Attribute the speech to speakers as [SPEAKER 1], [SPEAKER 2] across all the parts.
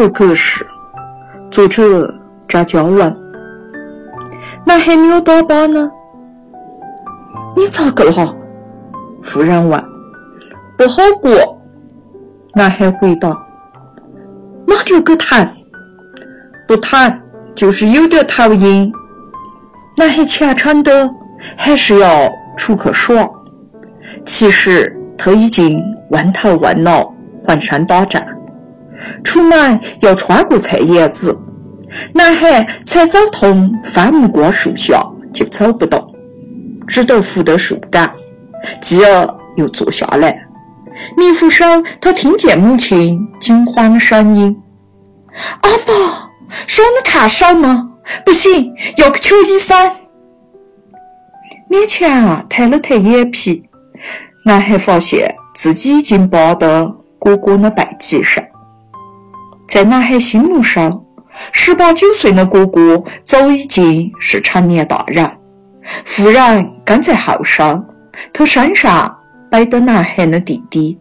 [SPEAKER 1] 尔格式，作者扎焦文。那还牛宝宝呢？你咋个了？夫人问。不好过。男孩回答。哪里有个痰？不痰，就是有点头晕。男孩虔诚的还是要出去耍。其实他已经弯头弯脑浑身打颤，出门要穿过菜叶子，男孩才走通翻木瓜树下就走不动，只得扶着树干，继而又坐下来。迷糊时他听见母亲惊慌的声音：阿妈，烧得太烧吗？不行，要去求医生。勉强抬了抬眼皮，男孩发现自己已经抱到哥哥的背脊上。在男孩心目上，18、19岁的哥哥早已经是成年大人，夫人跟在后上，他身上背着男孩的弟弟。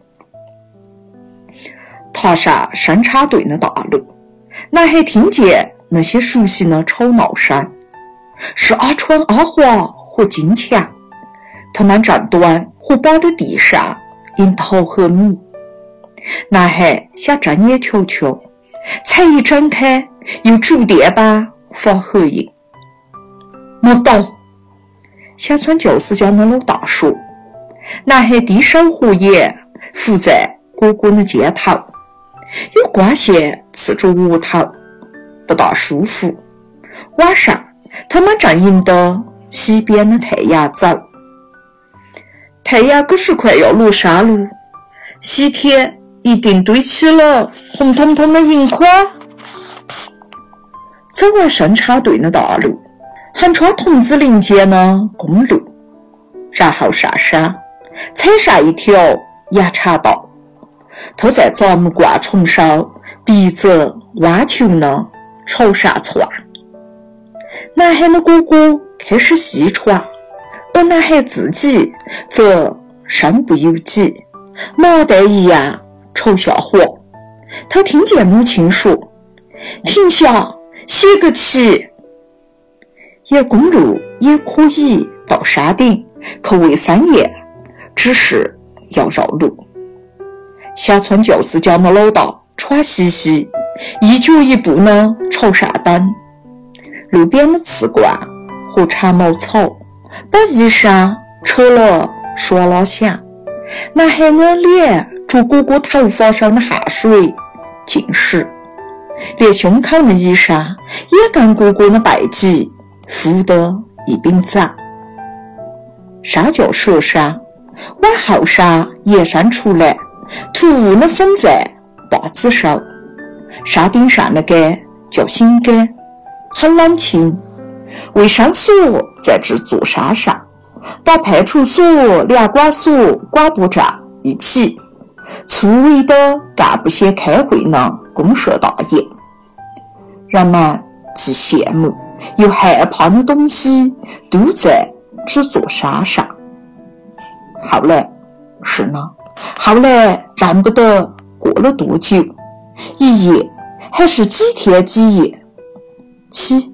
[SPEAKER 1] 踏上生产队的大路，男孩听见那些熟悉的吵闹声，是阿川、阿华和金强，他们站端和摆在地上迎桃和米。男孩想睁眼瞧瞧，才一睁开，又触电般发黑影。没动。小村就是家的老大说。男孩低手合眼，伏在哥哥的肩头，有光线刺着额头，不大舒服。晚上他们正迎着西边的太阳走。太阳可是快要落山了，西天一定堆起了红彤彤的银块。走完生产队的大路，横穿桐梓林间的公路，然后上山，踩上一条羊肠道。他在杂木灌丛上鼻子弯球呢朝上窜。男孩的哥哥开始细喘，而男孩自己则身不由己，麻袋一样朝下滑。他听见母亲说：停下，歇个气。沿公路也可以到山顶去卫生院，只是要绕路。下村就是家的老大喘兮兮，一脚一步呢朝上蹬。路边的刺冠和长毛草把衣裳扯了刷啦响。男孩的脸着哥哥头发上的汗水浸湿，连胸口的衣裳也跟哥哥的背脊敷得一并脏。沙脚蛇山往后山延伸出来，突兀地耸在坝子上。山顶上的杆叫新杆，很冷清。卫生所在这座山上，把派出所、粮管所、广播站一起，粗围的干部些开会呢公社大业。人们既羡慕又害怕的东西都在这座山上。后来是呢，后来认不得过了多久，一夜还是几天几夜，七，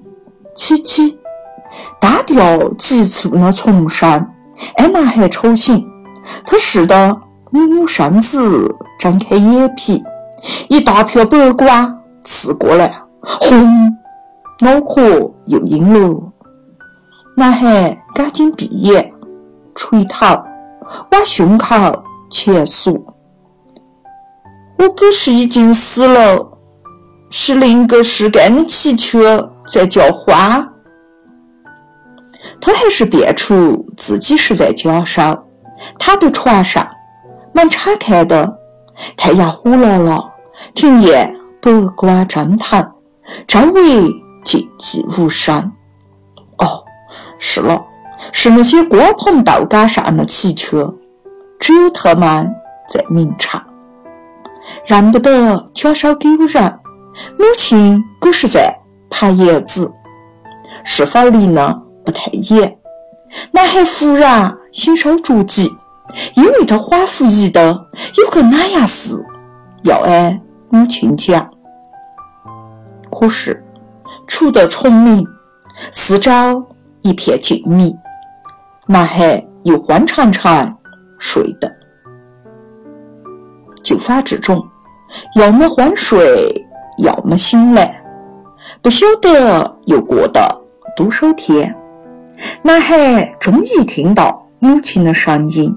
[SPEAKER 1] 单调急促的丛声让男孩吵醒。他试着扭扭身子，睁开眼皮，一大瓢白瓜刺过来，轰，脑壳又晕了。男孩赶紧闭眼，垂头往胸口前缩。我可是已经死了，是另一个世界的气球在叫唤。他还是辨出自己是在家上，躺在床上，门敞开的，太阳呼啦啦，庭院白光蒸腾，周围静寂无声。哦，是了，是那些锅棚豆杆上的气球，只有他们在鸣唱。认不得家少狗人，母亲可是在盘叶子，是否离呢不太远。男孩忽然心稍着急，因为他恍惚记得有个那样事要母亲讲。 可是出得虫鸣，四周一片静谧，男孩又欢长长睡的。就发之中，要么酣睡，要么醒来，不晓得又过了多少天。男孩终于听到母亲的声音：“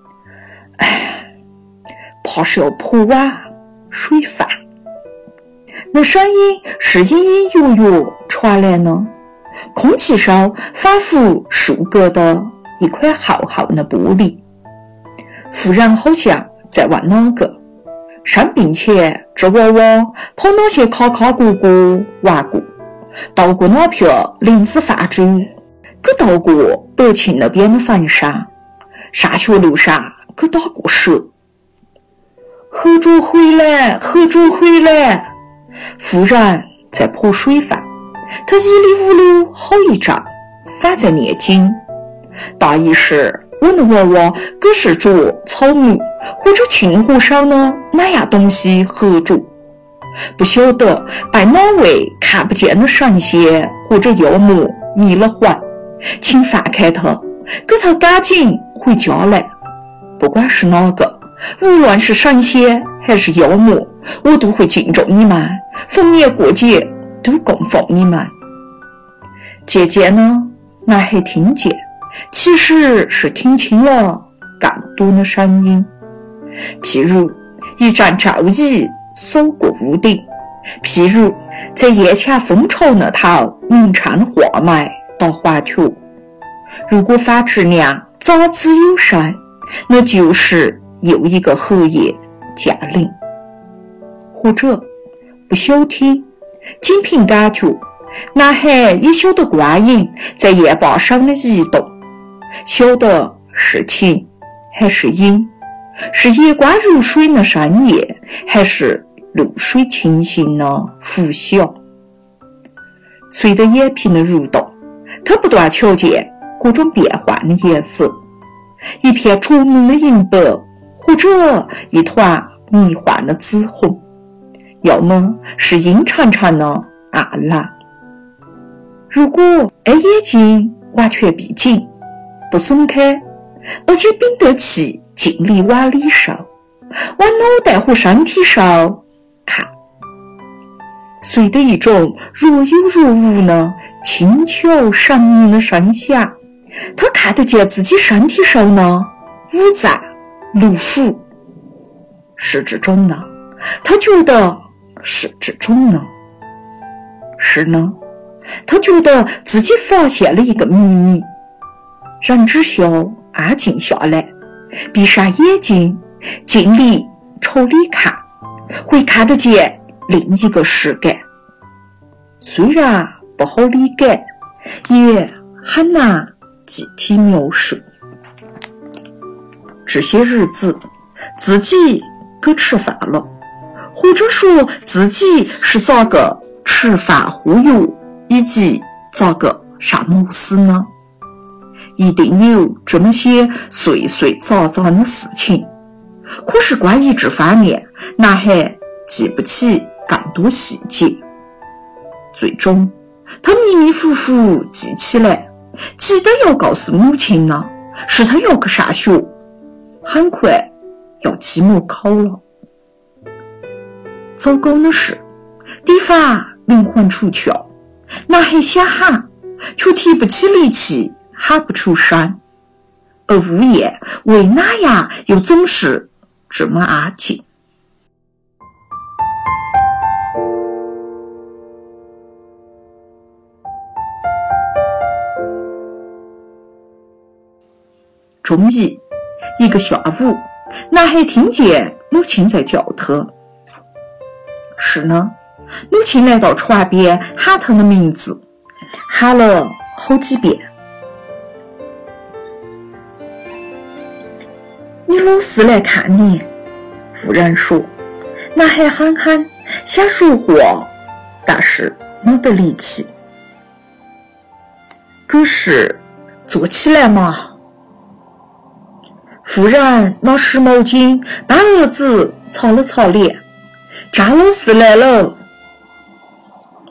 [SPEAKER 1] 怕是要泼碗水饭。”那声音是隐隐约约传来呢，空气上仿佛竖隔的一块厚厚的玻璃。夫人好像在问哪个生病前这娃娃跑哪些卡卡果果玩过，到过哪片林子发猪，可到过北沁那边的坟山，上学路上可打过蛇。何主回来，何主回来！夫人在泼水饭，他稀里糊涂好一阵，反在念经，大意是我的娃娃可是着草木或者青火烧呢哪样东西合着，不晓得被哪位看不见的神仙或者妖魔迷了魂，请放开他，给他赶紧回家来。不管是哪个，无论是神仙还是妖魔，我都会敬重你们，逢年过节都供奉你们。渐渐呢，男孩听见，其实是听清了更多的声音，譬如一阵骤雨扫过屋顶，譬如在眼前蜂巢那头鸣唱画眉到华佗。如果法质量早子有声，那就是又一个黑夜降临。或者不晓听，仅凭感觉，男孩也晓得光影在夜坝上的移动，晓得是晴还是阴，是夜光如水的深夜，还是露水清醒的拂晓。随着眼皮的蠕动，他不断瞧见各种变幻的颜色，一片灼目的银白，或者一团迷幻的紫红，要么是阴沉沉的暗蓝。如果眼睛完全闭紧，不松开，而且屏得起尽力往里收，往脑袋和身体上看，随着一种若有若无的轻巧神秘的声响，他看得见自己身体上的五脏六腑。是这种呢，他觉得是这种呢，是呢，他觉得自己发现了一个秘密。人只需要安静下来，闭上眼睛，尽力朝里看，会看得见另一个世界。虽然不好理解，也很难具体描述。这些日子自己给吃饭了，或者说自己是咋个吃饭喝药以及咋个上摩斯呢？一定有这么些碎碎杂杂的事情，可是关于这方面，男孩记不起更多细节。最终他迷迷糊糊记起来，记得要告诉母亲呢，是他要去上学，很快要期末考了。糟糕的是，地方灵魂出窍，男孩想喊，却提不起力气，喊不出声，而屋檐为哪样又总是这么安静？终于一个下午，男孩听见母亲在叫他。是呢，母亲来到床边喊他的名字，喊了好几遍。你老师来看你，夫人说。男孩憨憨想说话，但是没得力气。可是坐起来嘛。夫人拿湿毛巾帮儿子擦了擦脸。张老师来了。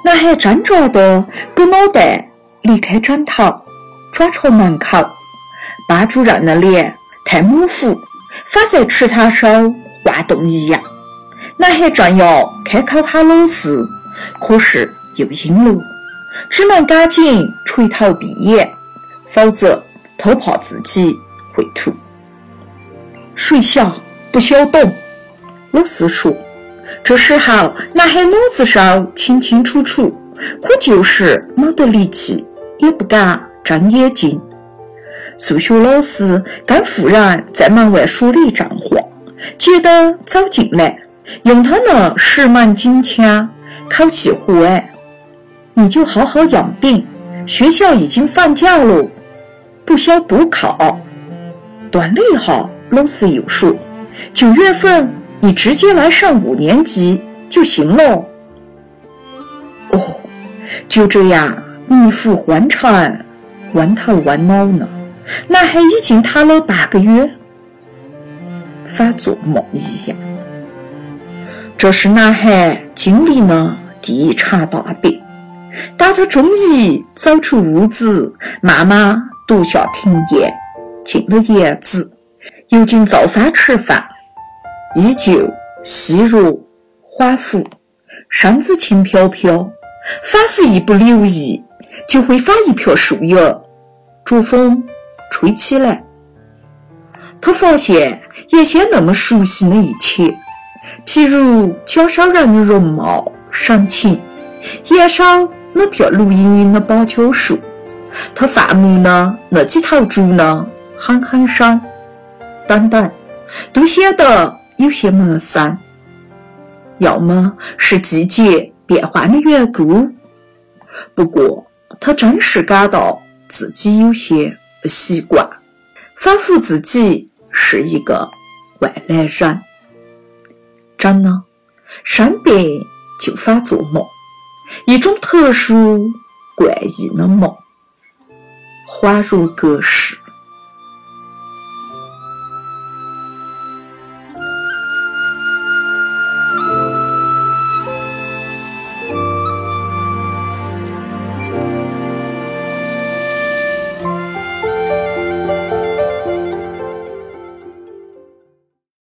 [SPEAKER 1] 男孩挣扎的狗脑袋离开枕头，转朝门口，巴主任的脸太模糊，反在池塘上滑动一样。男孩正要开口喊老师，可是又阴了，只能赶紧垂头闭眼，否则他怕自己会吐。水小不小懂，老师说。这时候男孩脑子上清清楚楚，可就是没得力气，也不敢睁眼睛。数学老师跟妇人在门外说了一阵话，接着走进来，用他那10门金枪口气和蔼：“你就好好养病，学校已经放假了，不需要补考。”断了一下，老师又说：“9月份你直接来上5年级就行了。”哦，就这样一副欢畅，弯头弯脑呢。男孩已经躺了8个月，反做梦一样。这是男孩经历了第一场大病。当他终于走出屋子，妈妈读下庭言，进了院子，又进灶房吃饭，依旧细弱恍惚，身子轻飘飘，仿佛一不留意就会翻一瓢树叶，着风吹起来。他发现原先那么熟悉的一切，譬如较少人的容貌神情，眼上那片绿茵茵的芭蕉树，他放牧呢那几头猪呢哼哼声等等，都显得有些陌生。要么是季节变换的缘故，不过他真是感到自己有些不习惯，仿佛自己是一个外来人。真的，生病就发做梦，一种特殊怪异的梦，恍如隔世。